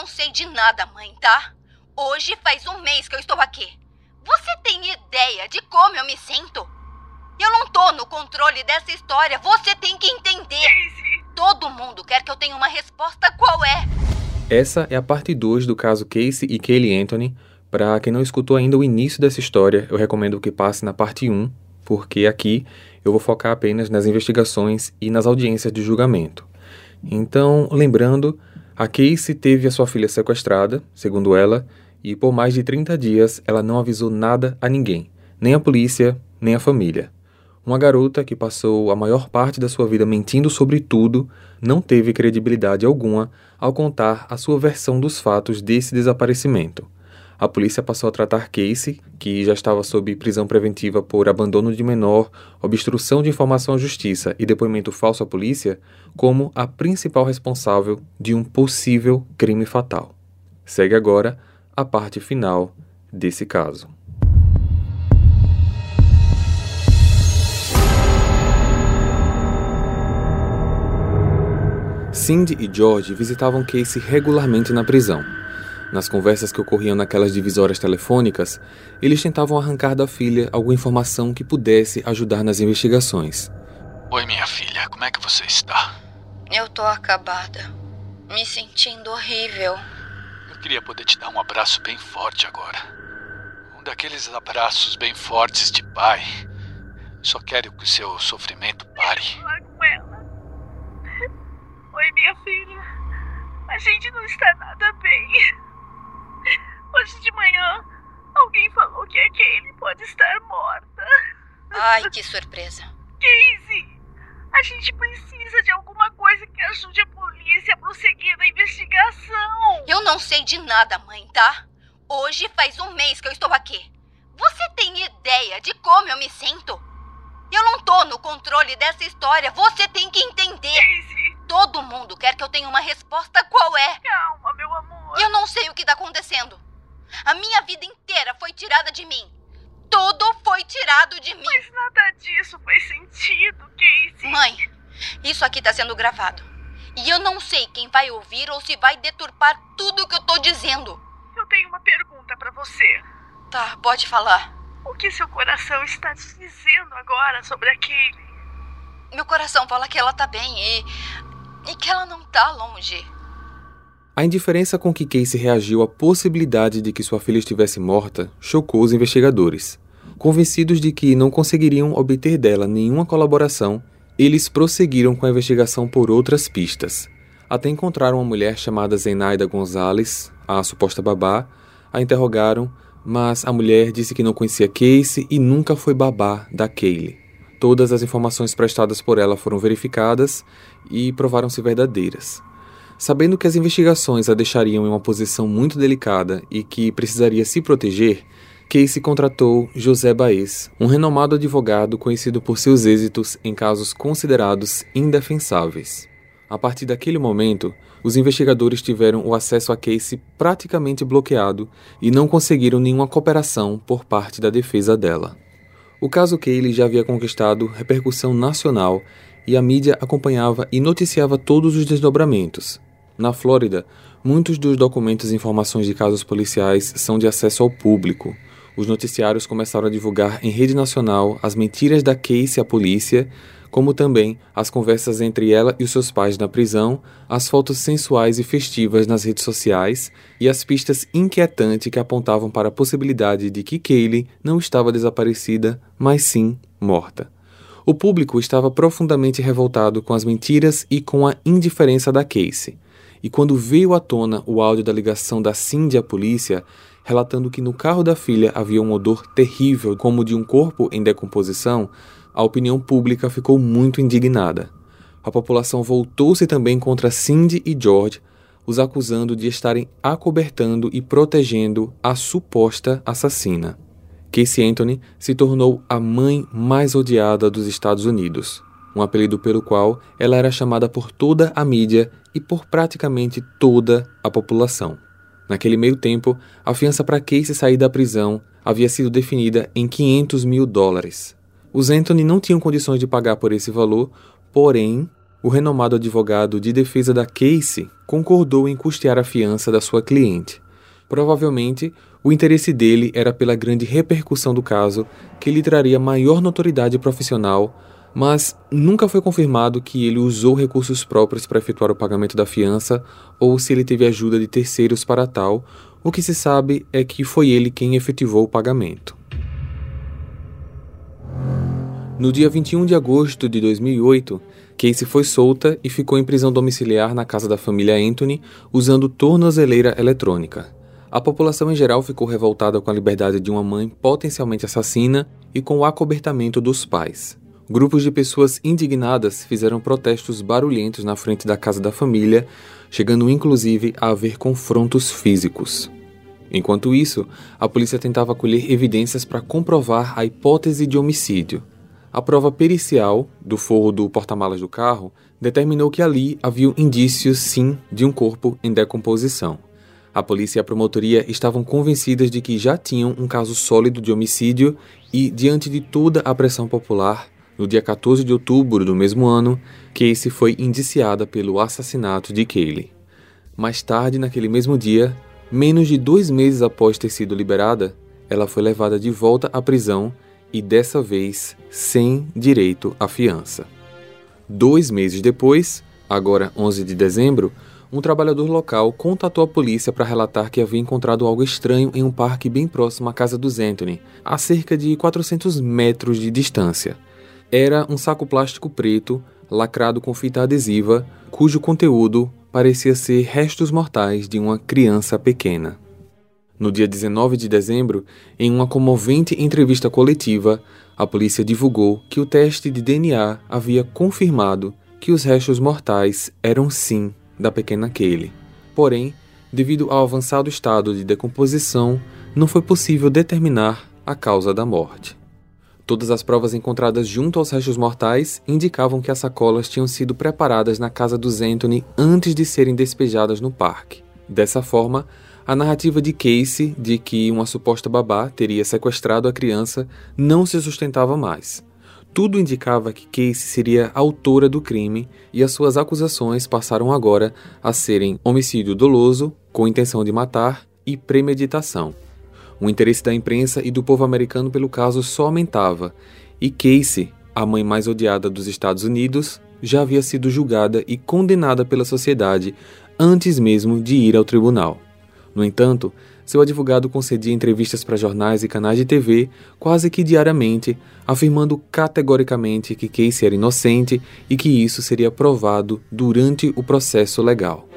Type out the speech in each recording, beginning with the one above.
não sei de nada, mãe, tá? Hoje faz um mês que eu estou aqui. Você tem ideia de como eu me sinto? Eu não tô no controle dessa história. Você tem que entender. Casey! Todo mundo quer que eu tenha uma resposta. Qual é? Essa é a parte 2 do caso Casey e Caylee Anthony. Para quem não escutou ainda o início dessa história, eu recomendo que passe na parte 1, porque aqui eu vou focar apenas nas investigações e nas audiências de julgamento. Então, lembrando, a Casey teve a sua filha sequestrada, segundo ela, e por mais de 30 dias ela não avisou nada a ninguém, nem a polícia, nem a família. Uma garota que passou a maior parte da sua vida mentindo sobre tudo, não teve credibilidade alguma ao contar a sua versão dos fatos desse desaparecimento. A polícia passou a tratar Casey, que já estava sob prisão preventiva por abandono de menor, obstrução de informação à justiça e depoimento falso à polícia, como a principal responsável de um possível crime fatal. Segue agora a parte final desse caso. Cindy e George visitavam Casey regularmente na prisão. Nas conversas que ocorriam naquelas divisórias telefônicas, eles tentavam arrancar da filha alguma informação que pudesse ajudar nas investigações. Oi, minha filha, como é que você está? Eu tô acabada. Me sentindo horrível. Eu queria poder te dar um abraço bem forte agora. Um daqueles abraços bem fortes de pai. Só quero que o seu sofrimento pare. Falar com ela. Oi, minha filha. A gente não está nada bem. Hoje de manhã, alguém falou que a Kaylee pode estar morta. Ai, que surpresa. Casey, a gente precisa de alguma coisa que ajude a polícia a prosseguir na investigação. Eu não sei de nada, mãe, tá? Hoje faz um mês que eu estou aqui. Você tem ideia de como eu me sinto? Eu não tô no controle dessa história. Você tem que entender. Casey! Todo mundo quer que eu tenha uma resposta. Qual é? Calma, meu amor. Eu não sei o que tá acontecendo. A minha vida inteira foi tirada de mim. Tudo foi tirado de mim. Mas nada disso faz sentido, Casey. Mãe, isso aqui tá sendo gravado. E eu não sei quem vai ouvir ou se vai deturpar tudo o que eu tô dizendo. Eu tenho uma pergunta pra você. Tá, pode falar. O que seu coração está te dizendo agora sobre a Kaylee? Meu coração fala que ela tá bem e que ela não tá longe. A indiferença com que Casey reagiu à possibilidade de que sua filha estivesse morta chocou os investigadores. Convencidos de que não conseguiriam obter dela nenhuma colaboração, eles prosseguiram com a investigação por outras pistas. Até encontraram uma mulher chamada Zenaida Gonzalez, a suposta babá, a interrogaram, mas a mulher disse que não conhecia Casey e nunca foi babá da Kaylee. Todas as informações prestadas por ela foram verificadas e provaram-se verdadeiras. Sabendo que as investigações a deixariam em uma posição muito delicada e que precisaria se proteger, Casey contratou José Baez, um renomado advogado conhecido por seus êxitos em casos considerados indefensáveis. A partir daquele momento, os investigadores tiveram o acesso a Casey praticamente bloqueado e não conseguiram nenhuma cooperação por parte da defesa dela. O caso Kaylee já havia conquistado repercussão nacional e a mídia acompanhava e noticiava todos os desdobramentos. Na Flórida, muitos dos documentos e informações de casos policiais são de acesso ao público. Os noticiários começaram a divulgar em rede nacional as mentiras da Casey à polícia, como também as conversas entre ela e os seus pais na prisão, as fotos sensuais e festivas nas redes sociais e as pistas inquietantes que apontavam para a possibilidade de que Kaylee não estava desaparecida, mas sim morta. O público estava profundamente revoltado com as mentiras e com a indiferença da Casey. E quando veio à tona o áudio da ligação da Cindy à polícia, relatando que no carro da filha havia um odor terrível como de um corpo em decomposição, a opinião pública ficou muito indignada. A população voltou-se também contra Cindy e George, os acusando de estarem acobertando e protegendo a suposta assassina. Casey Anthony se tornou a mãe mais odiada dos Estados Unidos, um apelido pelo qual ela era chamada por toda a mídia e por praticamente toda a população. Naquele meio tempo, a fiança para Casey sair da prisão havia sido definida em $500 mil. Os Anthony não tinham condições de pagar por esse valor, porém, o renomado advogado de defesa da Casey concordou em custear a fiança da sua cliente. Provavelmente, o interesse dele era pela grande repercussão do caso, que lhe traria maior notoriedade profissional, mas nunca foi confirmado que ele usou recursos próprios para efetuar o pagamento da fiança ou se ele teve ajuda de terceiros para tal. O que se sabe é que foi ele quem efetivou o pagamento. No dia 21 de agosto de 2008, Casey foi solta e ficou em prisão domiciliar na casa da família Anthony usando tornozeleira eletrônica. A população em geral ficou revoltada com a liberdade de uma mãe potencialmente assassina e com o acobertamento dos pais. Grupos de pessoas indignadas fizeram protestos barulhentos na frente da casa da família, chegando inclusive a haver confrontos físicos. Enquanto isso, a polícia tentava colher evidências para comprovar a hipótese de homicídio. A prova pericial do forro do porta-malas do carro determinou que ali havia indícios, sim, de um corpo em decomposição. A polícia e a promotoria estavam convencidas de que já tinham um caso sólido de homicídio e, diante de toda a pressão popular, no dia 14 de outubro do mesmo ano, Casey foi indiciada pelo assassinato de Caylee. Mais tarde, naquele mesmo dia, menos de 2 meses após ter sido liberada, ela foi levada de volta à prisão e, dessa vez, sem direito à fiança. 2 meses depois, agora 11 de dezembro, um trabalhador local contatou a polícia para relatar que havia encontrado algo estranho em um parque bem próximo à casa dos Anthony, a cerca de 400 metros de distância. Era um saco plástico preto, lacrado com fita adesiva, cujo conteúdo parecia ser restos mortais de uma criança pequena. No dia 19 de dezembro, em uma comovente entrevista coletiva, a polícia divulgou que o teste de DNA havia confirmado que os restos mortais eram sim da pequena Caylee. Porém, devido ao avançado estado de decomposição, não foi possível determinar a causa da morte. Todas as provas encontradas junto aos restos mortais indicavam que as sacolas tinham sido preparadas na casa dos Anthony antes de serem despejadas no parque. Dessa forma, a narrativa de Casey de que uma suposta babá teria sequestrado a criança não se sustentava mais. Tudo indicava que Casey seria a autora do crime e as suas acusações passaram agora a serem homicídio doloso, com intenção de matar e premeditação. O interesse da imprensa e do povo americano pelo caso só aumentava, e Casey, a mãe mais odiada dos Estados Unidos, já havia sido julgada e condenada pela sociedade antes mesmo de ir ao tribunal. No entanto, seu advogado concedia entrevistas para jornais e canais de TV quase que diariamente, afirmando categoricamente que Casey era inocente e que isso seria provado durante o processo legal.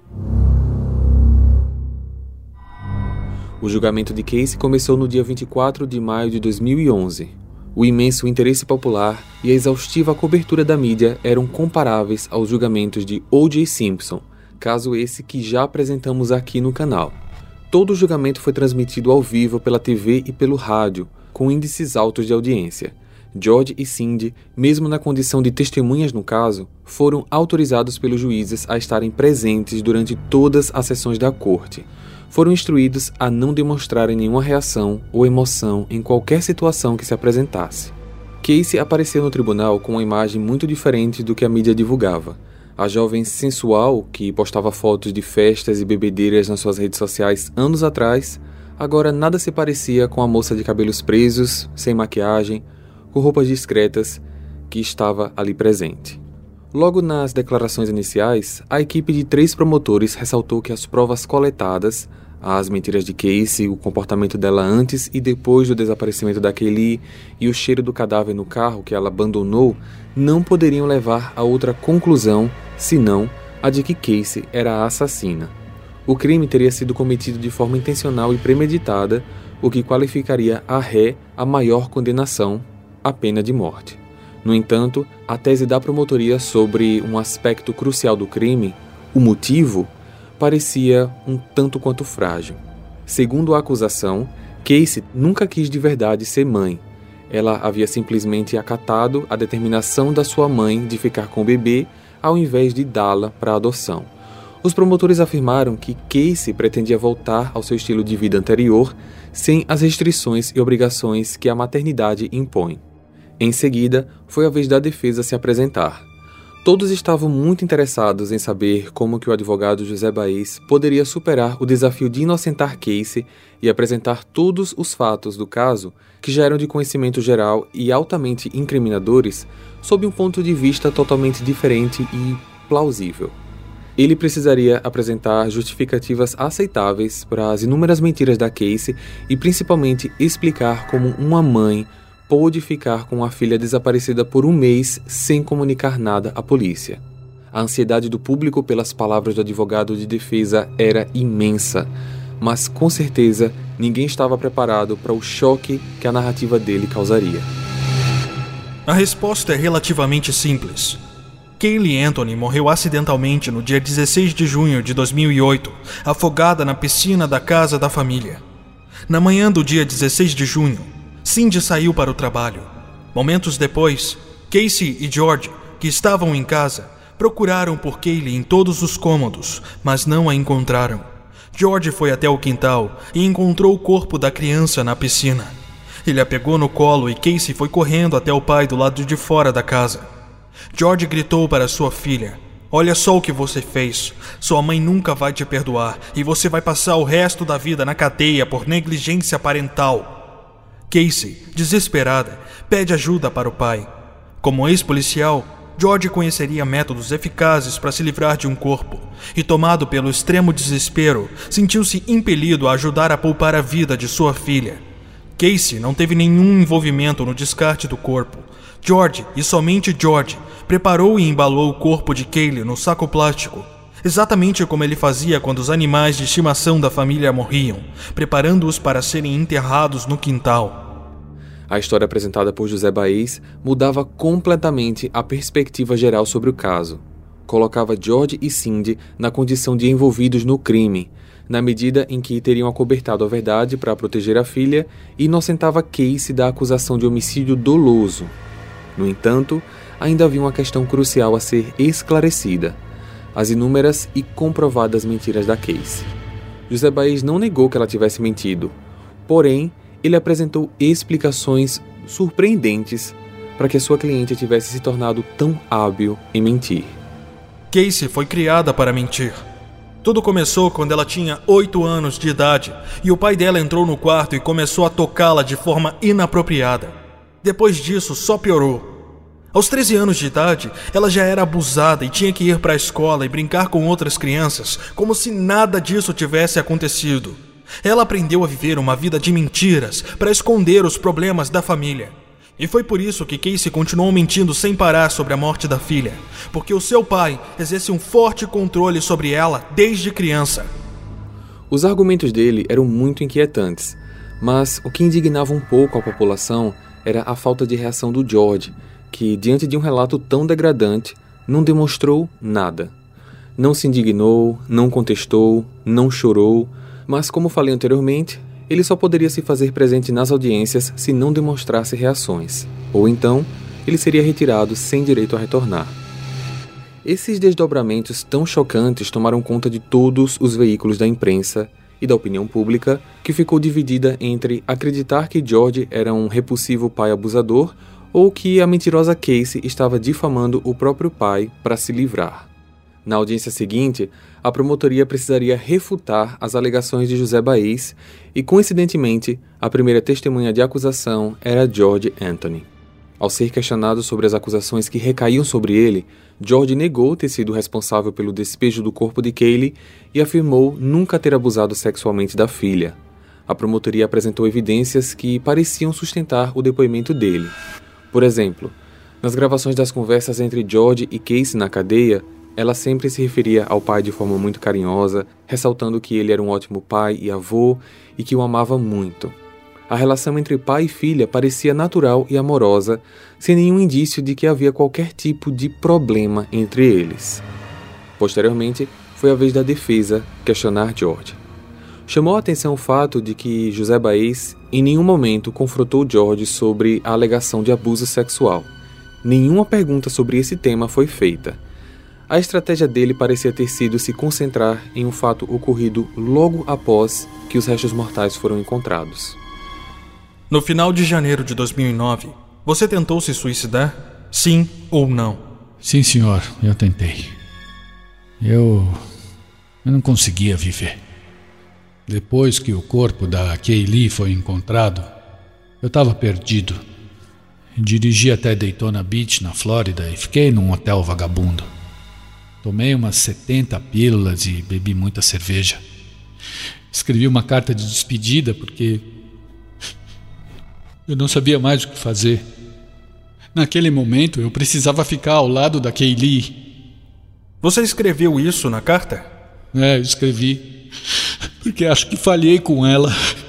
O julgamento de Casey começou no dia 24 de maio de 2011. O imenso interesse popular e a exaustiva cobertura da mídia eram comparáveis aos julgamentos de O.J. Simpson, caso esse que já apresentamos aqui no canal. Todo o julgamento foi transmitido ao vivo pela TV e pelo rádio, com índices altos de audiência. George e Cindy, mesmo na condição de testemunhas no caso, foram autorizados pelos juízes a estarem presentes durante todas as sessões da corte. Foram instruídos a não demonstrarem nenhuma reação ou emoção em qualquer situação que se apresentasse. Casey apareceu no tribunal com uma imagem muito diferente do que a mídia divulgava. A jovem sensual, que postava fotos de festas e bebedeiras nas suas redes sociais anos atrás, agora nada se parecia com a moça de cabelos presos, sem maquiagem, com roupas discretas, que estava ali presente. Logo nas declarações iniciais, a equipe de 3 promotores ressaltou que as provas coletadas, as mentiras de Casey, o comportamento dela antes e depois do desaparecimento da Caylee e o cheiro do cadáver no carro que ela abandonou, não poderiam levar a outra conclusão, senão a de que Casey era a assassina. O crime teria sido cometido de forma intencional e premeditada, o que qualificaria a ré a maior condenação, a pena de morte. No entanto, a tese da promotoria sobre um aspecto crucial do crime, o motivo, parecia um tanto quanto frágil. Segundo a acusação, Casey nunca quis de verdade ser mãe. Ela havia simplesmente acatado a determinação da sua mãe de ficar com o bebê ao invés de dá-la para adoção. Os promotores afirmaram que Casey pretendia voltar ao seu estilo de vida anterior sem as restrições e obrigações que a maternidade impõe. Em seguida, foi a vez da defesa se apresentar. Todos estavam muito interessados em saber como que o advogado José Baez poderia superar o desafio de inocentar Casey e apresentar todos os fatos do caso, que já eram de conhecimento geral e altamente incriminadores, sob um ponto de vista totalmente diferente e plausível. Ele precisaria apresentar justificativas aceitáveis para as inúmeras mentiras da Casey e principalmente explicar como uma mãe pôde ficar com a filha desaparecida por um mês sem comunicar nada à polícia. A ansiedade do público pelas palavras do advogado de defesa era imensa, mas com certeza ninguém estava preparado para o choque que a narrativa dele causaria. A resposta é relativamente simples. Caylee Anthony morreu acidentalmente no dia 16 de junho de 2008, afogada na piscina da casa da família. Na manhã do dia 16 de junho, Cindy saiu para o trabalho. Momentos depois, Casey e George, que estavam em casa, procuraram por Caylee em todos os cômodos, mas não a encontraram. George foi até o quintal e encontrou o corpo da criança na piscina. Ele a pegou no colo e Casey foi correndo até o pai do lado de fora da casa. George gritou para sua filha: "Olha só o que você fez. Sua mãe nunca vai te perdoar e você vai passar o resto da vida na cadeia por negligência parental." Casey, desesperada, pede ajuda para o pai. Como ex-policial, George conheceria métodos eficazes para se livrar de um corpo, e tomado pelo extremo desespero, sentiu-se impelido a ajudar a poupar a vida de sua filha. Casey não teve nenhum envolvimento no descarte do corpo. George, e somente George, preparou e embalou o corpo de Caylee no saco plástico, exatamente como ele fazia quando os animais de estimação da família morriam, preparando-os para serem enterrados no quintal. A história apresentada por José Baez mudava completamente a perspectiva geral sobre o caso. Colocava George e Cindy na condição de envolvidos no crime, na medida em que teriam acobertado a verdade para proteger a filha e inocentava Casey da acusação de homicídio doloso. No entanto, ainda havia uma questão crucial a ser esclarecida: as inúmeras e comprovadas mentiras da Casey. José Baez não negou que ela tivesse mentido, porém, ele apresentou explicações surpreendentes para que a sua cliente tivesse se tornado tão hábil em mentir. Casey foi criada para mentir. Tudo começou quando ela tinha 8 anos de idade e o pai dela entrou no quarto e começou a tocá-la de forma inapropriada. Depois disso, só piorou. Aos 13 anos de idade, ela já era abusada e tinha que ir para a escola e brincar com outras crianças, como se nada disso tivesse acontecido. Ela aprendeu a viver uma vida de mentiras para esconder os problemas da família. E foi por isso que Casey continuou mentindo sem parar sobre a morte da filha, porque o seu pai exerce um forte controle sobre ela desde criança. Os argumentos dele eram muito inquietantes, mas o que indignava um pouco a população era a falta de reação do George, que, diante de um relato tão degradante, não demonstrou nada. Não se indignou, não contestou, não chorou, mas, como falei anteriormente, ele só poderia se fazer presente nas audiências se não demonstrasse reações, ou então ele seria retirado sem direito a retornar. Esses desdobramentos tão chocantes tomaram conta de todos os veículos da imprensa e da opinião pública, que ficou dividida entre acreditar que George era um repulsivo pai abusador ou que a mentirosa Casey estava difamando o próprio pai para se livrar. Na audiência seguinte, a promotoria precisaria refutar as alegações de José Baez e, coincidentemente, a primeira testemunha de acusação era George Anthony. Ao ser questionado sobre as acusações que recaíam sobre ele, George negou ter sido responsável pelo despejo do corpo de Caylee e afirmou nunca ter abusado sexualmente da filha. A promotoria apresentou evidências que pareciam sustentar o depoimento dele. Por exemplo, nas gravações das conversas entre George e Casey na cadeia, ela sempre se referia ao pai de forma muito carinhosa, ressaltando que ele era um ótimo pai e avô e que o amava muito. A relação entre pai e filha parecia natural e amorosa, sem nenhum indício de que havia qualquer tipo de problema entre eles. Posteriormente, foi a vez da defesa questionar George. Chamou a atenção o fato de que José Baez em nenhum momento confrontou George sobre a alegação de abuso sexual. Nenhuma pergunta sobre esse tema foi feita. A estratégia dele parecia ter sido se concentrar em um fato ocorrido logo após que os restos mortais foram encontrados. No final de janeiro de 2009, você tentou se suicidar? Sim ou não? Sim, senhor, eu tentei. Eu não conseguia viver. Depois que o corpo da Kaylee foi encontrado, eu estava perdido. Dirigi até Daytona Beach, na Flórida, e fiquei num hotel vagabundo. Tomei umas 70 pílulas e bebi muita cerveja. Escrevi uma carta de despedida porque eu não sabia mais o que fazer. Naquele momento, eu precisava ficar ao lado da Kaylee. Você escreveu isso na carta? Eu escrevi. Porque acho que falhei com ela.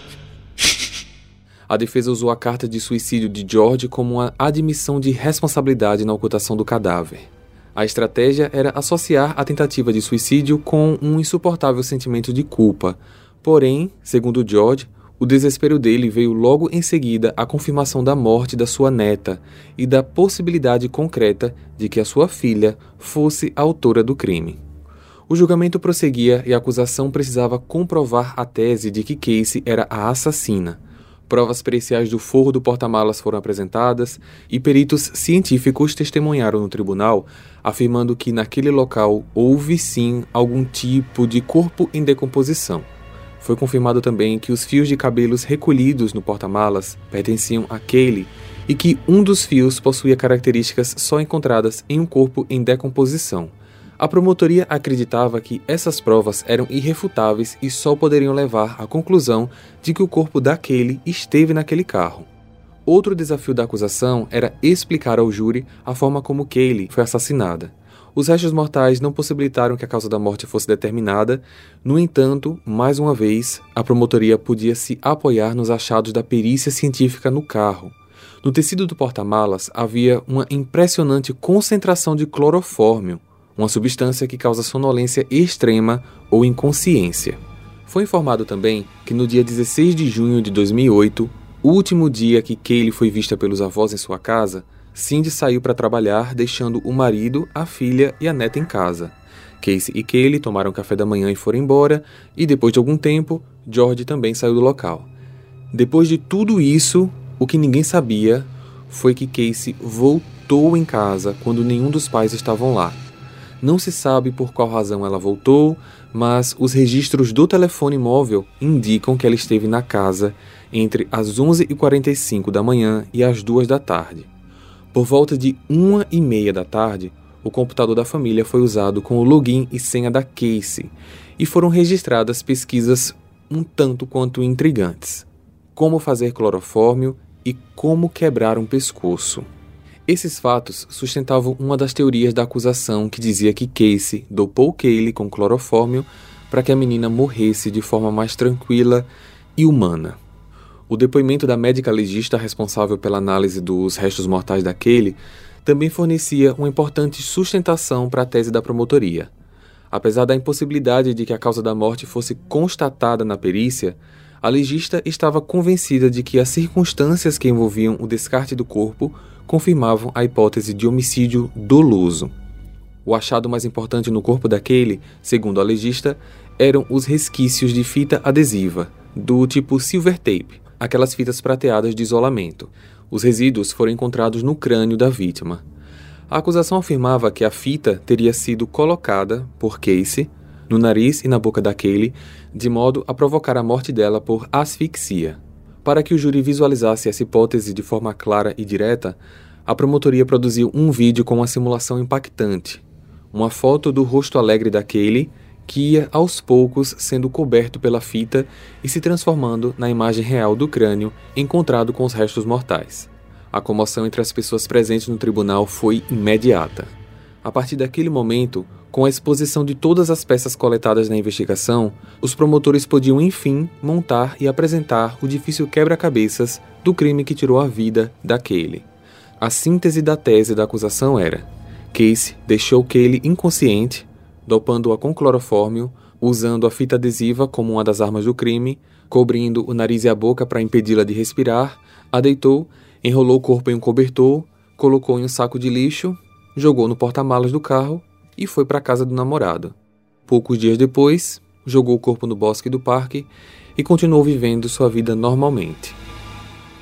A defesa usou a carta de suicídio de George como uma admissão de responsabilidade na ocultação do cadáver. A estratégia era associar a tentativa de suicídio com um insuportável sentimento de culpa. Porém, segundo George, o desespero dele veio logo em seguida à confirmação da morte da sua neta e da possibilidade concreta de que a sua filha fosse a autora do crime. O julgamento prosseguia e a acusação precisava comprovar a tese de que Casey era a assassina. Provas periciais do forro do porta-malas foram apresentadas e peritos científicos testemunharam no tribunal, afirmando que naquele local houve sim algum tipo de corpo em decomposição. Foi confirmado também que os fios de cabelos recolhidos no porta-malas pertenciam a Kaylee e que um dos fios possuía características só encontradas em um corpo em decomposição. A promotoria acreditava que essas provas eram irrefutáveis e só poderiam levar à conclusão de que o corpo da Kaylee esteve naquele carro. Outro desafio da acusação era explicar ao júri a forma como Kaylee foi assassinada. Os restos mortais não possibilitaram que a causa da morte fosse determinada. No entanto, mais uma vez, a promotoria podia se apoiar nos achados da perícia científica no carro. No tecido do porta-malas havia uma impressionante concentração de clorofórmio, uma substância que causa sonolência extrema ou inconsciência. Foi informado também que no dia 16 de junho de 2008, o último dia que Kaylee foi vista pelos avós em sua casa, Cindy saiu para trabalhar, deixando o marido, a filha e a neta em casa. Casey e Kaylee tomaram café da manhã e foram embora, e depois de algum tempo, George também saiu do local. Depois de tudo isso, o que ninguém sabia foi que Casey voltou em casa quando nenhum dos pais estavam lá. Não se sabe por qual razão ela voltou, mas os registros do telefone móvel indicam que ela esteve na casa entre as 11h45 da manhã e as 2 da tarde. Por volta de 1h30 da tarde, o computador da família foi usado com o login e senha da Casey e foram registradas pesquisas um tanto quanto intrigantes. Como fazer clorofórmio e como quebrar um pescoço. Esses fatos sustentavam uma das teorias da acusação que dizia que Casey dopou Kaylee com clorofórmio para que a menina morresse de forma mais tranquila e humana. O depoimento da médica legista responsável pela análise dos restos mortais da Kaylee também fornecia uma importante sustentação para a tese da promotoria. Apesar da impossibilidade de que a causa da morte fosse constatada na perícia, a legista estava convencida de que as circunstâncias que envolviam o descarte do corpo confirmavam a hipótese de homicídio doloso. O achado mais importante no corpo da Kaylee, segundo a legista, eram os resquícios de fita adesiva, do tipo silver tape, aquelas fitas prateadas de isolamento. Os resíduos foram encontrados no crânio da vítima. A acusação afirmava que a fita teria sido colocada por Casey no nariz e na boca da Kaylee, de modo a provocar a morte dela por asfixia. Para que o júri visualizasse essa hipótese de forma clara e direta, a promotoria produziu um vídeo com uma simulação impactante. Uma foto do rosto alegre da Kaylee, que ia aos poucos sendo coberto pela fita e se transformando na imagem real do crânio encontrado com os restos mortais. A comoção entre as pessoas presentes no tribunal foi imediata. A partir daquele momento, com a exposição de todas as peças coletadas na investigação, os promotores podiam, enfim, montar e apresentar o difícil quebra-cabeças do crime que tirou a vida da Kaylee. A síntese da tese da acusação era: Casey deixou Kaylee inconsciente, dopando-a com clorofórmio, usando a fita adesiva como uma das armas do crime, cobrindo o nariz e a boca para impedi-la de respirar, a deitou, enrolou o corpo em um cobertor, colocou em um saco de lixo, jogou no porta-malas do carro e foi para a casa do namorado. Poucos dias depois, jogou o corpo no bosque do parque e continuou vivendo sua vida normalmente.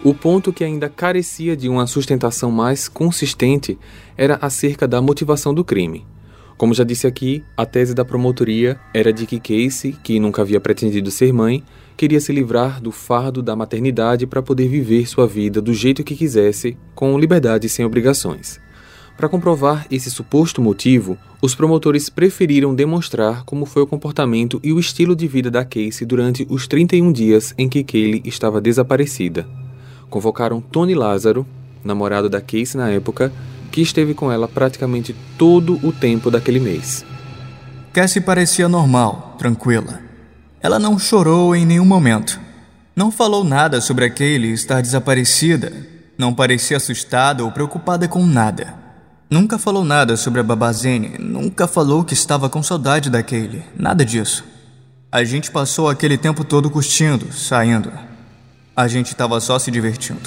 O ponto que ainda carecia de uma sustentação mais consistente era acerca da motivação do crime. Como já disse aqui, a tese da promotoria era de que Casey, que nunca havia pretendido ser mãe, queria se livrar do fardo da maternidade para poder viver sua vida do jeito que quisesse, com liberdade e sem obrigações. Para comprovar esse suposto motivo, os promotores preferiram demonstrar como foi o comportamento e o estilo de vida da Casey durante os 31 dias em que Kaylee estava desaparecida. Convocaram Tony Lázaro, namorado da Casey na época, que esteve com ela praticamente todo o tempo daquele mês. Cassie parecia normal, tranquila. Ela não chorou em nenhum momento. Não falou nada sobre a Kaylee estar desaparecida. Não parecia assustada ou preocupada com nada. Nunca falou nada sobre a Babazene, nunca falou que estava com saudade da Kaylee, nada disso. A gente passou aquele tempo todo curtindo, saindo. A gente estava só se divertindo.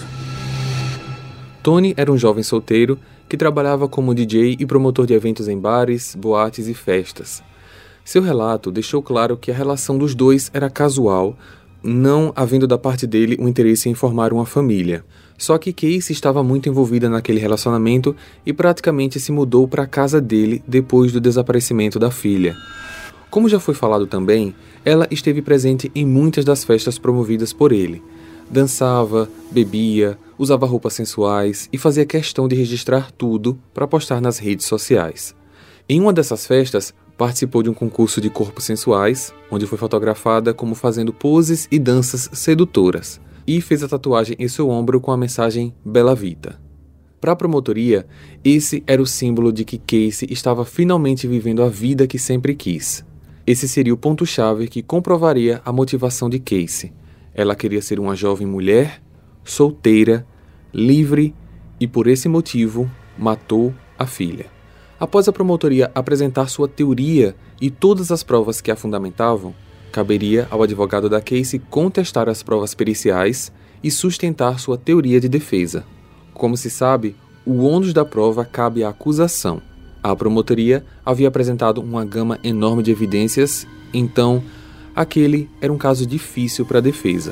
Tony era um jovem solteiro que trabalhava como DJ e promotor de eventos em bares, boates e festas. Seu relato deixou claro que a relação dos dois era casual, não havendo da parte dele um interesse em formar uma família. Só que Casey estava muito envolvida naquele relacionamento e praticamente se mudou para a casa dele depois do desaparecimento da filha. Como já foi falado também, ela esteve presente em muitas das festas promovidas por ele. Dançava, bebia, usava roupas sensuais e fazia questão de registrar tudo para postar nas redes sociais. Em uma dessas festas, participou de um concurso de corpos sensuais, onde foi fotografada como fazendo poses e danças sedutoras, e fez a tatuagem em seu ombro com a mensagem Bella Vita. Para a promotoria, esse era o símbolo de que Casey estava finalmente vivendo a vida que sempre quis. Esse seria o ponto-chave que comprovaria a motivação de Casey. Ela queria ser uma jovem mulher, solteira, livre e, por esse motivo, matou a filha. Após a promotoria apresentar sua teoria e todas as provas que a fundamentavam, caberia ao advogado da Casey contestar as provas periciais e sustentar sua teoria de defesa. Como se sabe, o ônus da prova cabe à acusação. A promotoria havia apresentado uma gama enorme de evidências, então aquele era um caso difícil para a defesa.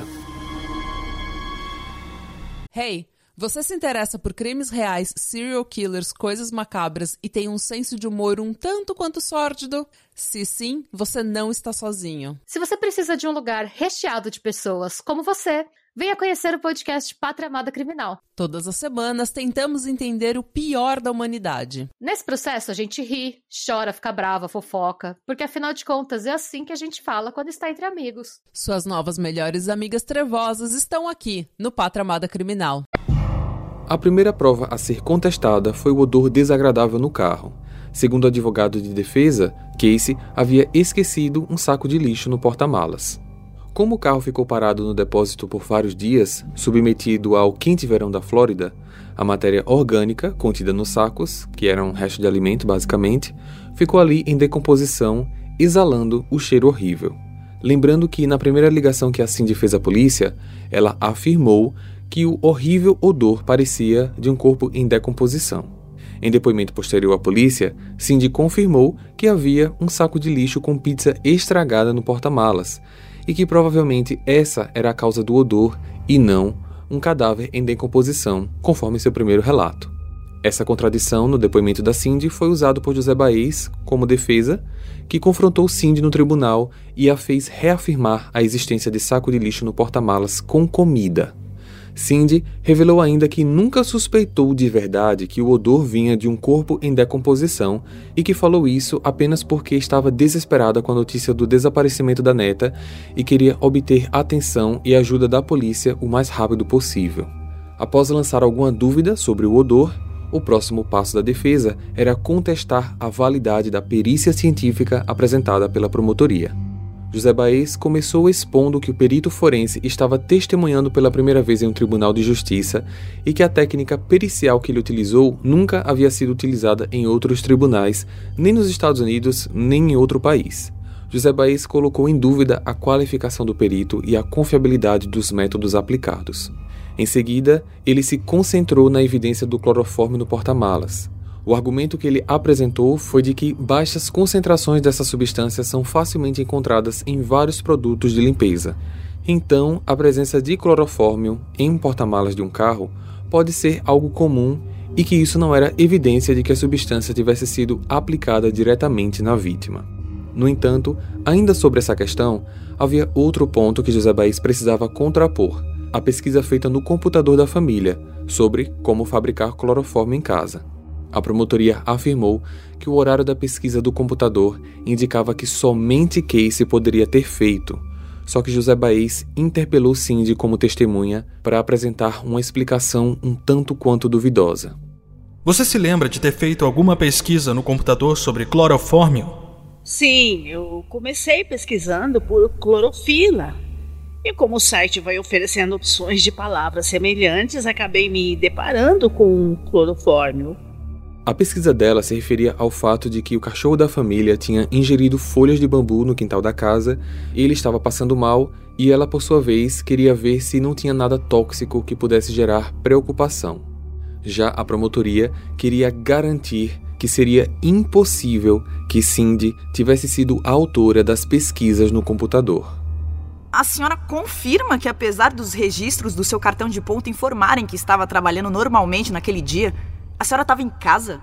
Hey, você se interessa por crimes reais, serial killers, coisas macabras e tem um senso de humor um tanto quanto sórdido? Se sim, você não está sozinho. Se você precisa de um lugar recheado de pessoas como você, venha conhecer o podcast Pátria Amada Criminal. Todas as semanas tentamos entender o pior da humanidade. Nesse processo a gente ri, chora, fica brava, fofoca, porque afinal de contas é assim que a gente fala quando está entre amigos. Suas novas melhores amigas trevosas estão aqui, no Pátria Amada Criminal. A primeira prova a ser contestada foi o odor desagradável no carro. Segundo o advogado de defesa, Casey havia esquecido um saco de lixo no porta-malas. Como o carro ficou parado no depósito por vários dias, submetido ao quente verão da Flórida, a matéria orgânica contida nos sacos, que eram um resto de alimento basicamente, ficou ali em decomposição, exalando o cheiro horrível. Lembrando que na primeira ligação que a Cindy fez à polícia, ela afirmou que o horrível odor parecia de um corpo em decomposição. Em depoimento posterior à polícia, Cindy confirmou que havia um saco de lixo com pizza estragada no porta-malas e que provavelmente essa era a causa do odor e não um cadáver em decomposição, conforme seu primeiro relato. Essa contradição no depoimento da Cindy foi usado por José Baez como defesa, que confrontou Cindy no tribunal e a fez reafirmar a existência de saco de lixo no porta-malas com comida. Cindy revelou ainda que nunca suspeitou de verdade que o odor vinha de um corpo em decomposição e que falou isso apenas porque estava desesperada com a notícia do desaparecimento da neta e queria obter atenção e ajuda da polícia o mais rápido possível. Após lançar alguma dúvida sobre o odor, o próximo passo da defesa era contestar a validade da perícia científica apresentada pela promotoria. José Baez começou expondo que o perito forense estava testemunhando pela primeira vez em um tribunal de justiça e que a técnica pericial que ele utilizou nunca havia sido utilizada em outros tribunais, nem nos Estados Unidos, nem em outro país. José Baez colocou em dúvida a qualificação do perito e a confiabilidade dos métodos aplicados. Em seguida, ele se concentrou na evidência do cloroforme no porta-malas. O argumento que ele apresentou foi de que baixas concentrações dessa substância são facilmente encontradas em vários produtos de limpeza. Então, a presença de clorofórmio em um porta-malas de um carro pode ser algo comum e que isso não era evidência de que a substância tivesse sido aplicada diretamente na vítima. No entanto, ainda sobre essa questão, havia outro ponto que José Baís precisava contrapor: a pesquisa feita no computador da família sobre como fabricar clorofórmio em casa. A promotoria afirmou que o horário da pesquisa do computador indicava que somente Casey poderia ter feito, só que José Baís interpelou Cindy como testemunha para apresentar uma explicação um tanto quanto duvidosa. Você se lembra de ter feito alguma pesquisa no computador sobre clorofórmio? Sim, eu comecei pesquisando por clorofila. E como o site vai oferecendo opções de palavras semelhantes, acabei me deparando com clorofórmio. A pesquisa dela se referia ao fato de que o cachorro da família tinha ingerido folhas de bambu no quintal da casa, ele estava passando mal e ela, por sua vez, queria ver se não tinha nada tóxico que pudesse gerar preocupação. Já a promotoria queria garantir que seria impossível que Cindy tivesse sido a autora das pesquisas no computador. A senhora confirma que, apesar dos registros do seu cartão de ponto informarem que estava trabalhando normalmente naquele dia, a senhora estava em casa?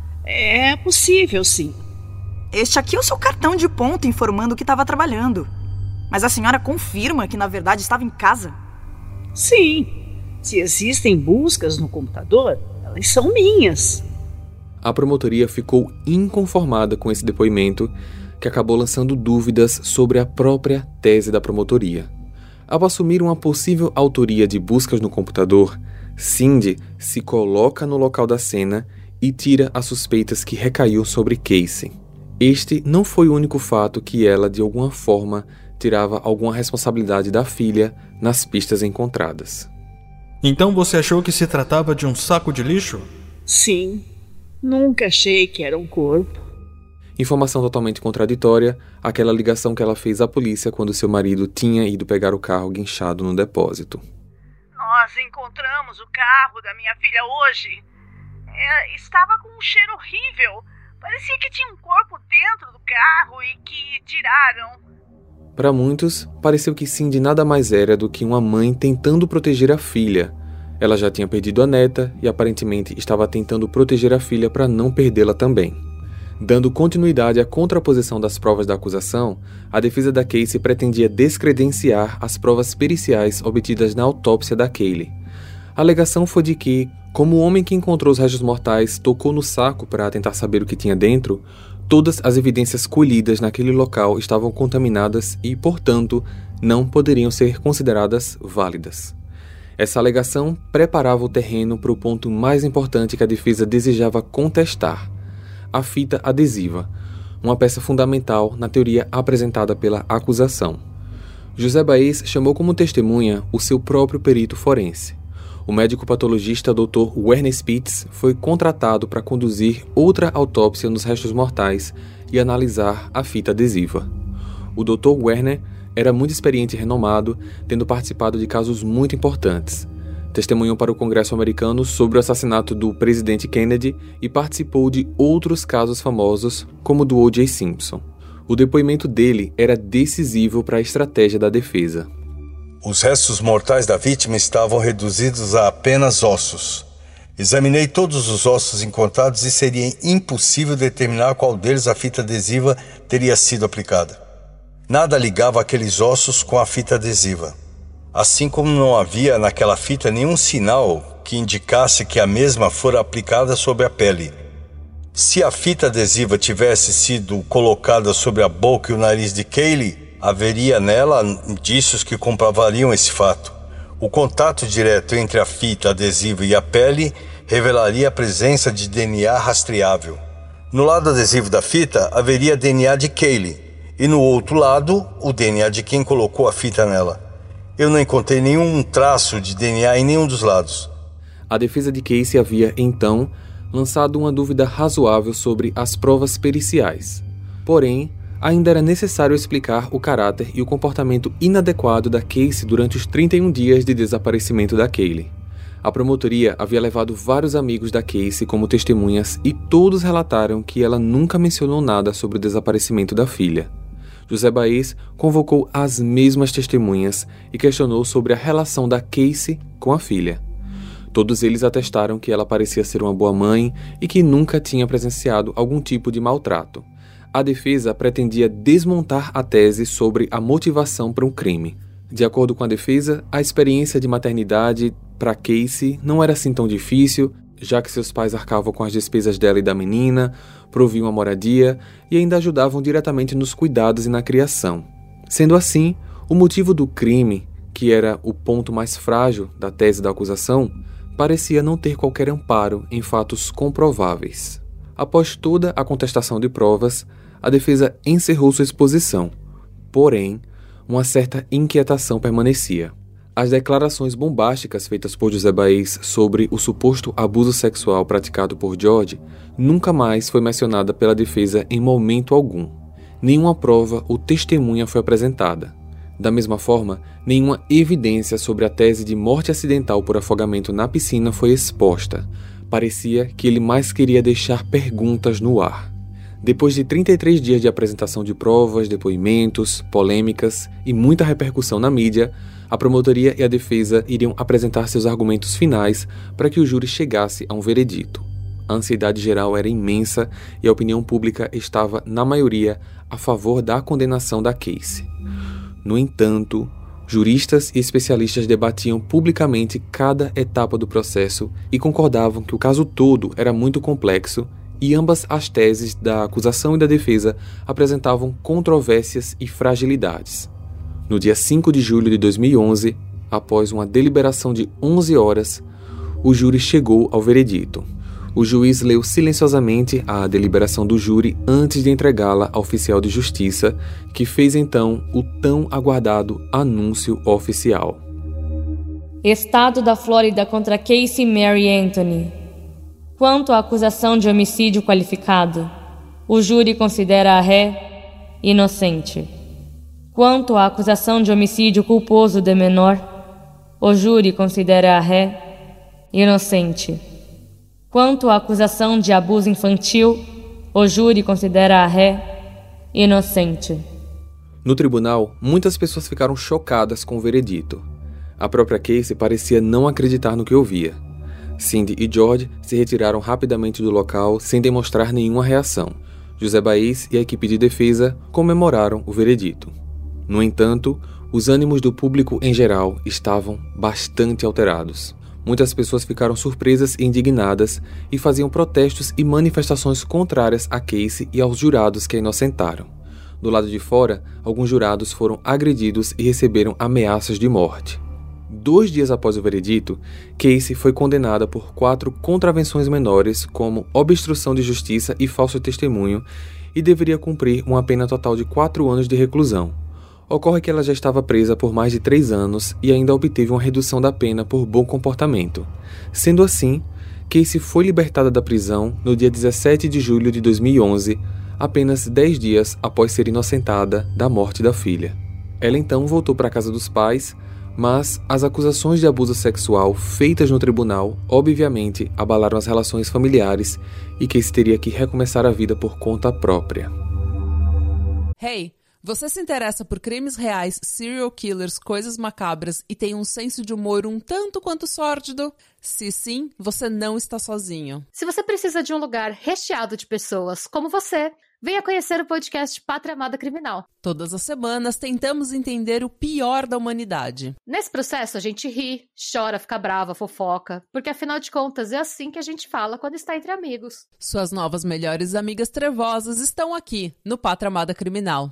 É possível, sim. Este aqui é o seu cartão de ponto informando que estava trabalhando. Mas a senhora confirma que, na verdade, estava em casa? Sim. Se existem buscas no computador, elas são minhas. A promotoria ficou inconformada com esse depoimento, que acabou lançando dúvidas sobre a própria tese da promotoria. Ao assumir uma possível autoria de buscas no computador, Cindy se coloca no local da cena e tira as suspeitas que recaiu sobre Casey. Este não foi o único fato que ela, de alguma forma, tirava alguma responsabilidade da filha nas pistas encontradas. Então você achou que se tratava de um saco de lixo? Sim. Nunca achei que era um corpo. Informação totalmente contraditória, aquela ligação que ela fez à polícia quando seu marido tinha ido pegar o carro guinchado no depósito. Nós encontramos o carro da minha filha hoje. Estava com um cheiro horrível. Parecia que tinha um corpo dentro do carro e que tiraram. Para muitos, pareceu que Cindy nada mais era do que uma mãe tentando proteger a filha. Ela já tinha perdido a neta e aparentemente estava tentando proteger a filha para não perdê-la também. Dando continuidade à contraposição das provas da acusação, a defesa da Casey pretendia descredenciar as provas periciais obtidas na autópsia da Kaylee. A alegação foi de que, como o homem que encontrou os restos mortais tocou no saco para tentar saber o que tinha dentro, todas as evidências colhidas naquele local estavam contaminadas e, portanto, não poderiam ser consideradas válidas. Essa alegação preparava o terreno para o ponto mais importante que a defesa desejava contestar: a fita adesiva, uma peça fundamental na teoria apresentada pela acusação. José Baís chamou como testemunha o seu próprio perito forense. O médico patologista Dr. Werner Spitz foi contratado para conduzir outra autópsia nos restos mortais e analisar a fita adesiva. O Dr. Werner era muito experiente e renomado, tendo participado de casos muito importantes. Testemunhou para o Congresso americano sobre o assassinato do presidente Kennedy e participou de outros casos famosos, como o do O.J. Simpson. O depoimento dele era decisivo para a estratégia da defesa. Os restos mortais da vítima estavam reduzidos a apenas ossos. Examinei todos os ossos encontrados e seria impossível determinar qual deles a fita adesiva teria sido aplicada. Nada ligava aqueles ossos com a fita adesiva. Assim como não havia naquela fita nenhum sinal que indicasse que a mesma fora aplicada sobre a pele. Se a fita adesiva tivesse sido colocada sobre a boca e o nariz de Kaylee, haveria nela indícios que comprovariam esse fato. O contato direto entre a fita adesiva e a pele revelaria a presença de DNA rastreável. No lado adesivo da fita haveria DNA de Kaylee e no outro lado o DNA de quem colocou a fita nela. Eu não encontrei nenhum traço de DNA em nenhum dos lados. A defesa de Casey havia, então, lançado uma dúvida razoável sobre as provas periciais. Porém, ainda era necessário explicar o caráter e o comportamento inadequado da Casey durante os 31 dias de desaparecimento da Kaylee. A promotoria havia levado vários amigos da Casey como testemunhas e todos relataram que ela nunca mencionou nada sobre o desaparecimento da filha. José Baez convocou as mesmas testemunhas e questionou sobre a relação da Casey com a filha. Todos eles atestaram que ela parecia ser uma boa mãe e que nunca tinha presenciado algum tipo de maltrato. A defesa pretendia desmontar a tese sobre a motivação para um crime. De acordo com a defesa, a experiência de maternidade para Casey não era assim tão difícil, já que seus pais arcavam com as despesas dela e da menina, proviam a moradia e ainda ajudavam diretamente nos cuidados e na criação. Sendo assim, o motivo do crime, que era o ponto mais frágil da tese da acusação, parecia não ter qualquer amparo em fatos comprováveis. Após toda a contestação de provas, a defesa encerrou sua exposição. Porém, uma certa inquietação permanecia. As declarações bombásticas feitas por José Baez sobre o suposto abuso sexual praticado por George nunca mais foi mencionada pela defesa em momento algum. Nenhuma prova ou testemunha foi apresentada. Da mesma forma, nenhuma evidência sobre a tese de morte acidental por afogamento na piscina foi exposta. Parecia que ele mais queria deixar perguntas no ar. Depois de 33 dias de apresentação de provas, depoimentos, polêmicas e muita repercussão na mídia, a promotoria e a defesa iriam apresentar seus argumentos finais para que o júri chegasse a um veredito. A ansiedade geral era imensa e a opinião pública estava, na maioria, a favor da condenação da Casey. No entanto, juristas e especialistas debatiam publicamente cada etapa do processo e concordavam que o caso todo era muito complexo e ambas as teses da acusação e da defesa apresentavam controvérsias e fragilidades. No dia 5 de julho de 2011, após uma deliberação de 11 horas, o júri chegou ao veredito. O juiz leu silenciosamente a deliberação do júri antes de entregá-la ao oficial de justiça, que fez então o tão aguardado anúncio oficial. Estado da Flórida contra Casey Mary Anthony. Quanto à acusação de homicídio qualificado, o júri considera a ré inocente. Quanto à acusação de homicídio culposo de menor, o júri considera a ré inocente. Quanto à acusação de abuso infantil, o júri considera a ré inocente. No tribunal, muitas pessoas ficaram chocadas com o veredito. A própria Casey parecia não acreditar no que ouvia. Cindy e George se retiraram rapidamente do local sem demonstrar nenhuma reação. José Baez e a equipe de defesa comemoraram o veredito. No entanto, os ânimos do público em geral estavam bastante alterados. Muitas pessoas ficaram surpresas e indignadas e faziam protestos e manifestações contrárias a Casey e aos jurados que a inocentaram. Do lado de fora, alguns jurados foram agredidos e receberam ameaças de morte. 2 dias após o veredito, Casey foi condenada por 4 contravenções menores, como obstrução de justiça e falso testemunho, e deveria cumprir uma pena total de 4 anos de reclusão. Ocorre que ela já estava presa por mais de 3 anos e ainda obteve uma redução da pena por bom comportamento. Sendo assim, Casey foi libertada da prisão no dia 17 de julho de 2011, apenas 10 dias após ser inocentada da morte da filha. Ela então voltou para a casa dos pais, mas as acusações de abuso sexual feitas no tribunal, obviamente, abalaram as relações familiares e Casey teria que recomeçar a vida por conta própria. Hey! Você se interessa por crimes reais, serial killers, coisas macabras e tem um senso de humor um tanto quanto sórdido? Se sim, você não está sozinho. Se você precisa de um lugar recheado de pessoas como você, venha conhecer o podcast Pátria Amada Criminal. Todas as semanas tentamos entender o pior da humanidade. Nesse processo a gente ri, chora, fica brava, fofoca, porque afinal de contas é assim que a gente fala quando está entre amigos. Suas novas melhores amigas trevosas estão aqui, no Pátria Amada Criminal.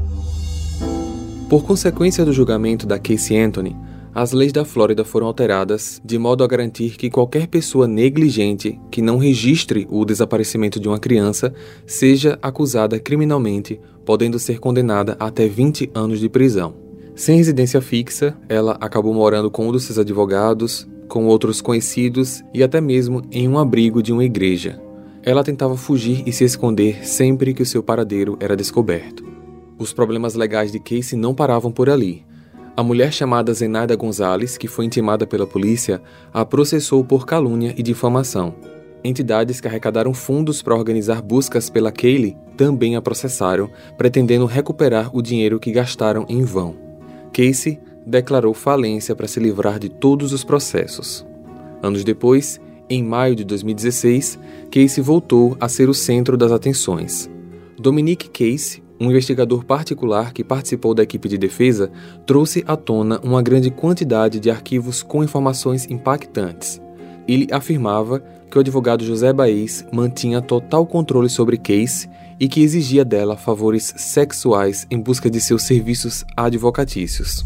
Por consequência do julgamento da Casey Anthony, as leis da Flórida foram alteradas de modo a garantir que qualquer pessoa negligente que não registre o desaparecimento de uma criança seja acusada criminalmente, podendo ser condenada a até 20 anos de prisão. Sem residência fixa, ela acabou morando com um dos seus advogados, com outros conhecidos e até mesmo em um abrigo de uma igreja. Ela tentava fugir e se esconder sempre que o seu paradeiro era descoberto. Os problemas legais de Casey não paravam por ali. A mulher chamada Zenaida Gonzalez, que foi intimada pela polícia, a processou por calúnia e difamação. Entidades que arrecadaram fundos para organizar buscas pela Kaylee também a processaram, pretendendo recuperar o dinheiro que gastaram em vão. Casey declarou falência para se livrar de todos os processos. Anos depois, em maio de 2016, Casey voltou a ser o centro das atenções. Dominic Casey, um investigador particular que participou da equipe de defesa, trouxe à tona uma grande quantidade de arquivos com informações impactantes. Ele afirmava que o advogado José Baez mantinha total controle sobre Casey e que exigia dela favores sexuais em busca de seus serviços advocatícios.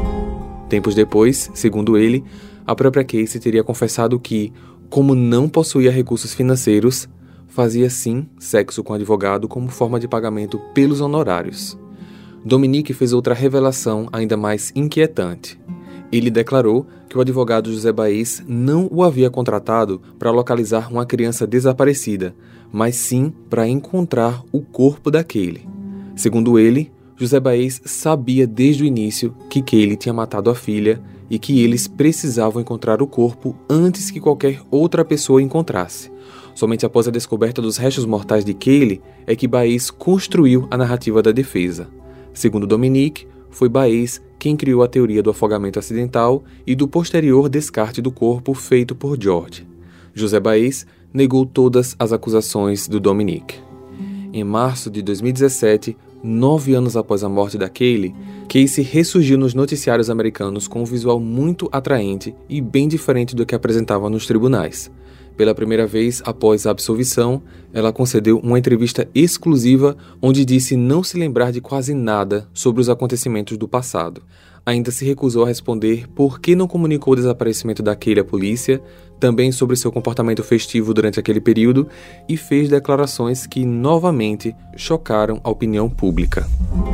Tempos depois, segundo ele, a própria Casey teria confessado que, como não possuía recursos financeiros, fazia sim sexo com o advogado como forma de pagamento pelos honorários. Dominic fez outra revelação ainda mais inquietante. Ele declarou que o advogado José Baez não o havia contratado para localizar uma criança desaparecida, mas sim para encontrar o corpo da Kaylee. Segundo ele, José Baez sabia desde o início que Kaylee tinha matado a filha e que eles precisavam encontrar o corpo antes que qualquer outra pessoa encontrasse. Somente após a descoberta dos restos mortais de Kaylee é que Baez construiu a narrativa da defesa. Segundo Dominic, foi Baez quem criou a teoria do afogamento acidental e do posterior descarte do corpo feito por George. José Baez negou todas as acusações do Dominic. Em março de 2017, 9 anos após a morte da Kaylee, Casey ressurgiu nos noticiários americanos com um visual muito atraente e bem diferente do que apresentava nos tribunais. Pela primeira vez após a absolvição, ela concedeu uma entrevista exclusiva onde disse não se lembrar de quase nada sobre os acontecimentos do passado. Ainda se recusou a responder por que não comunicou o desaparecimento da Kaylee à polícia, também sobre seu comportamento festivo durante aquele período, e fez declarações que novamente chocaram a opinião pública.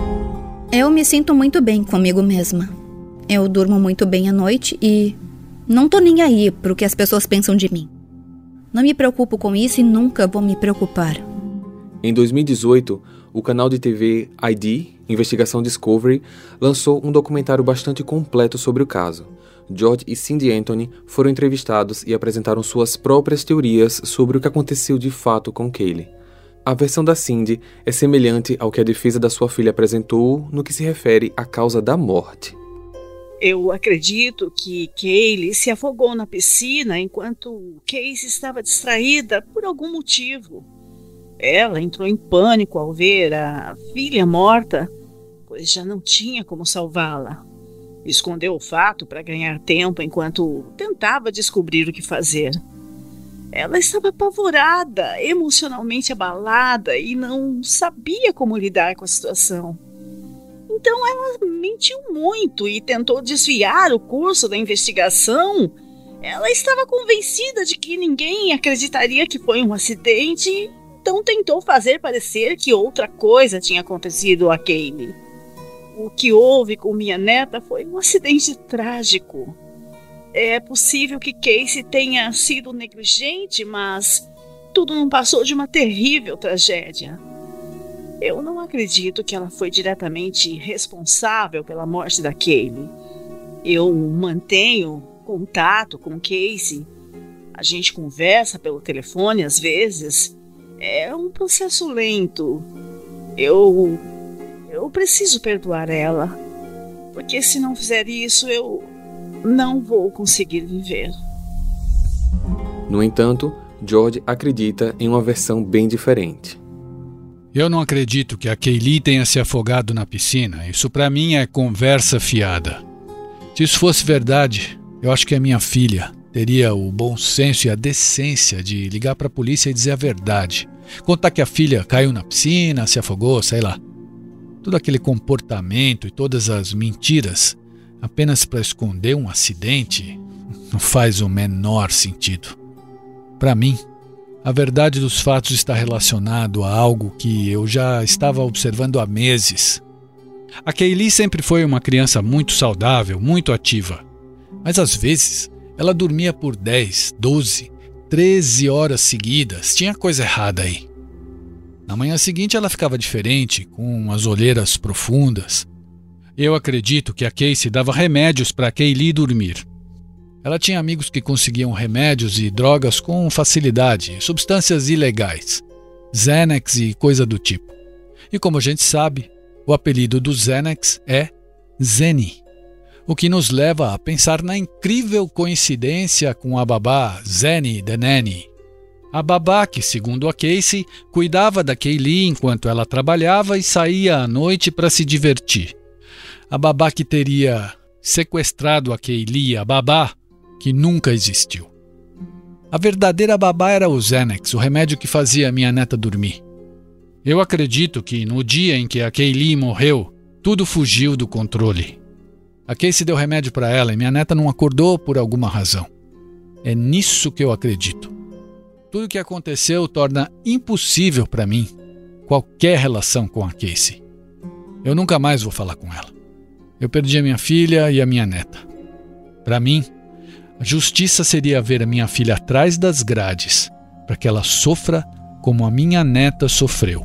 Eu me sinto muito bem comigo mesma. Eu durmo muito bem à noite e não tô nem aí pro que as pessoas pensam de mim. Não me preocupo com isso e nunca vou me preocupar. Em 2018, o canal de TV ID, Investigação Discovery, lançou um documentário bastante completo sobre o caso. George e Cindy Anthony foram entrevistados e apresentaram suas próprias teorias sobre o que aconteceu de fato com Kaylee. A versão da Cindy é semelhante ao que a defesa da sua filha apresentou no que se refere à causa da morte. Eu acredito que Kaylee se afogou na piscina enquanto Casey estava distraída por algum motivo. Ela entrou em pânico ao ver a filha morta, pois já não tinha como salvá-la. Escondeu o fato para ganhar tempo enquanto tentava descobrir o que fazer. Ela estava apavorada, emocionalmente abalada e não sabia como lidar com a situação. Então ela mentiu muito e tentou desviar o curso da investigação. Ela estava convencida de que ninguém acreditaria que foi um acidente, então tentou fazer parecer que outra coisa tinha acontecido a Kaylee. O que houve com minha neta foi um acidente trágico. É possível que Casey tenha sido negligente, mas tudo não passou de uma terrível tragédia. Eu não acredito que ela foi diretamente responsável pela morte da Kaylee. Eu mantenho contato com Casey. A gente conversa pelo telefone às vezes. É um processo lento. Eu preciso perdoar ela. Porque se não fizer isso, eu não vou conseguir viver. No entanto, George acredita em uma versão bem diferente. Eu não acredito que a Kaylee tenha se afogado na piscina. Isso pra mim é conversa fiada. Se isso fosse verdade, eu acho que a minha filha teria o bom senso e a decência de ligar pra polícia e dizer a verdade. Contar que a filha caiu na piscina, se afogou, sei lá. Todo aquele comportamento e todas as mentiras apenas para esconder um acidente não faz o menor sentido. Para mim, a verdade dos fatos está relacionado a algo que eu já estava observando há meses. A Kaylee sempre foi uma criança muito saudável, muito ativa. Mas às vezes ela dormia por 10, 12, 13 horas seguidas. Tinha coisa errada aí. Na manhã seguinte ela ficava diferente, com as olheiras profundas. Eu acredito que a Casey dava remédios para a Kaylee dormir. Ela tinha amigos que conseguiam remédios e drogas com facilidade, substâncias ilegais, Xanax e coisa do tipo. E como a gente sabe, o apelido do Xanax é Zenny, o que nos leva a pensar na incrível coincidência com a babá Zenny the Nanny. A babá que, segundo a Casey, cuidava da Kaylee enquanto ela trabalhava e saía à noite para se divertir. A babá que teria sequestrado a Kaylee, a babá que nunca existiu. A verdadeira babá era o Xanax, o remédio que fazia a minha neta dormir. Eu acredito que no dia em que a Kaylee morreu, tudo fugiu do controle. A Casey deu remédio para ela e minha neta não acordou por alguma razão. É nisso que eu acredito. Tudo o que aconteceu torna impossível para mim qualquer relação com a Casey. Eu nunca mais vou falar com ela. Eu perdi a minha filha e a minha neta. Para mim, a justiça seria ver a minha filha atrás das grades, para que ela sofra como a minha neta sofreu.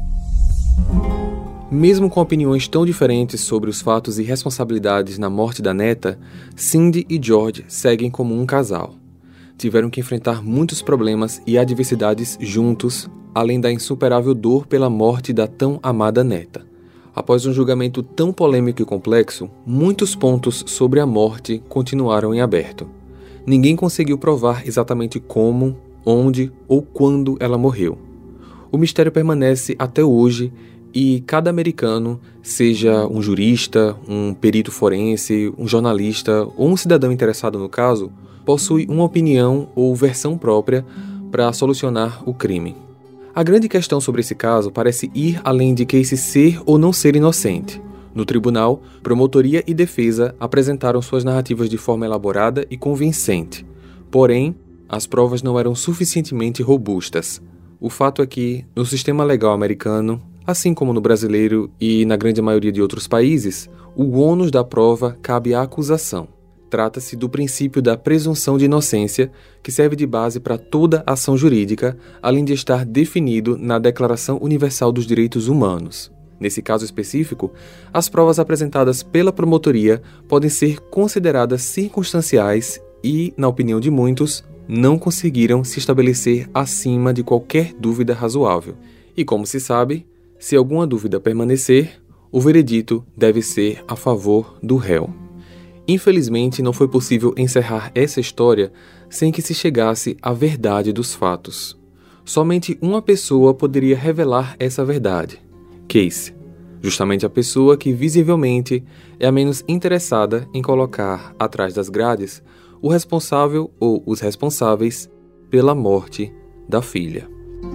Mesmo com opiniões tão diferentes sobre os fatos e responsabilidades na morte da neta, Cindy e George seguem como um casal. Tiveram que enfrentar muitos problemas e adversidades juntos, além da insuperável dor pela morte da tão amada neta. Após um julgamento tão polêmico e complexo, muitos pontos sobre a morte continuaram em aberto. Ninguém conseguiu provar exatamente como, onde ou quando ela morreu. O mistério permanece até hoje e cada americano, seja um jurista, um perito forense, um jornalista ou um cidadão interessado no caso, possui uma opinião ou versão própria para solucionar o crime. A grande questão sobre esse caso parece ir além de Casey ser ou não ser inocente. No tribunal, promotoria e defesa apresentaram suas narrativas de forma elaborada e convincente. Porém, as provas não eram suficientemente robustas. O fato é que, no sistema legal americano, assim como no brasileiro e na grande maioria de outros países, o ônus da prova cabe à acusação. Trata-se do princípio da presunção de inocência, que serve de base para toda ação jurídica, além de estar definido na Declaração Universal dos Direitos Humanos. Nesse caso específico, as provas apresentadas pela promotoria podem ser consideradas circunstanciais e, na opinião de muitos, não conseguiram se estabelecer acima de qualquer dúvida razoável. E como se sabe, se alguma dúvida permanecer, o veredito deve ser a favor do réu. Infelizmente, não foi possível encerrar essa história sem que se chegasse à verdade dos fatos. Somente uma pessoa poderia revelar essa verdade: Casey, justamente a pessoa que visivelmente é a menos interessada em colocar atrás das grades o responsável ou os responsáveis pela morte da filha.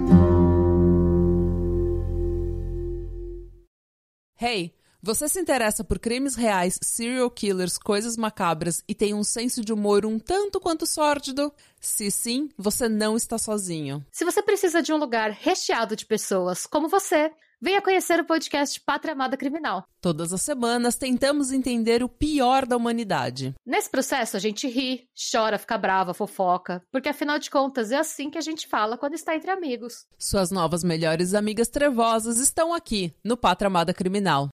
Hey, você se interessa por crimes reais, serial killers, coisas macabras e tem um senso de humor um tanto quanto sórdido? Se sim, você não está sozinho. Se você precisa de um lugar recheado de pessoas como você, venha conhecer o podcast Pátria Amada Criminal. Todas as semanas tentamos entender o pior da humanidade. Nesse processo a gente ri, chora, fica brava, fofoca, porque afinal de contas é assim que a gente fala quando está entre amigos. Suas novas melhores amigas trevosas estão aqui no Pátria Amada Criminal.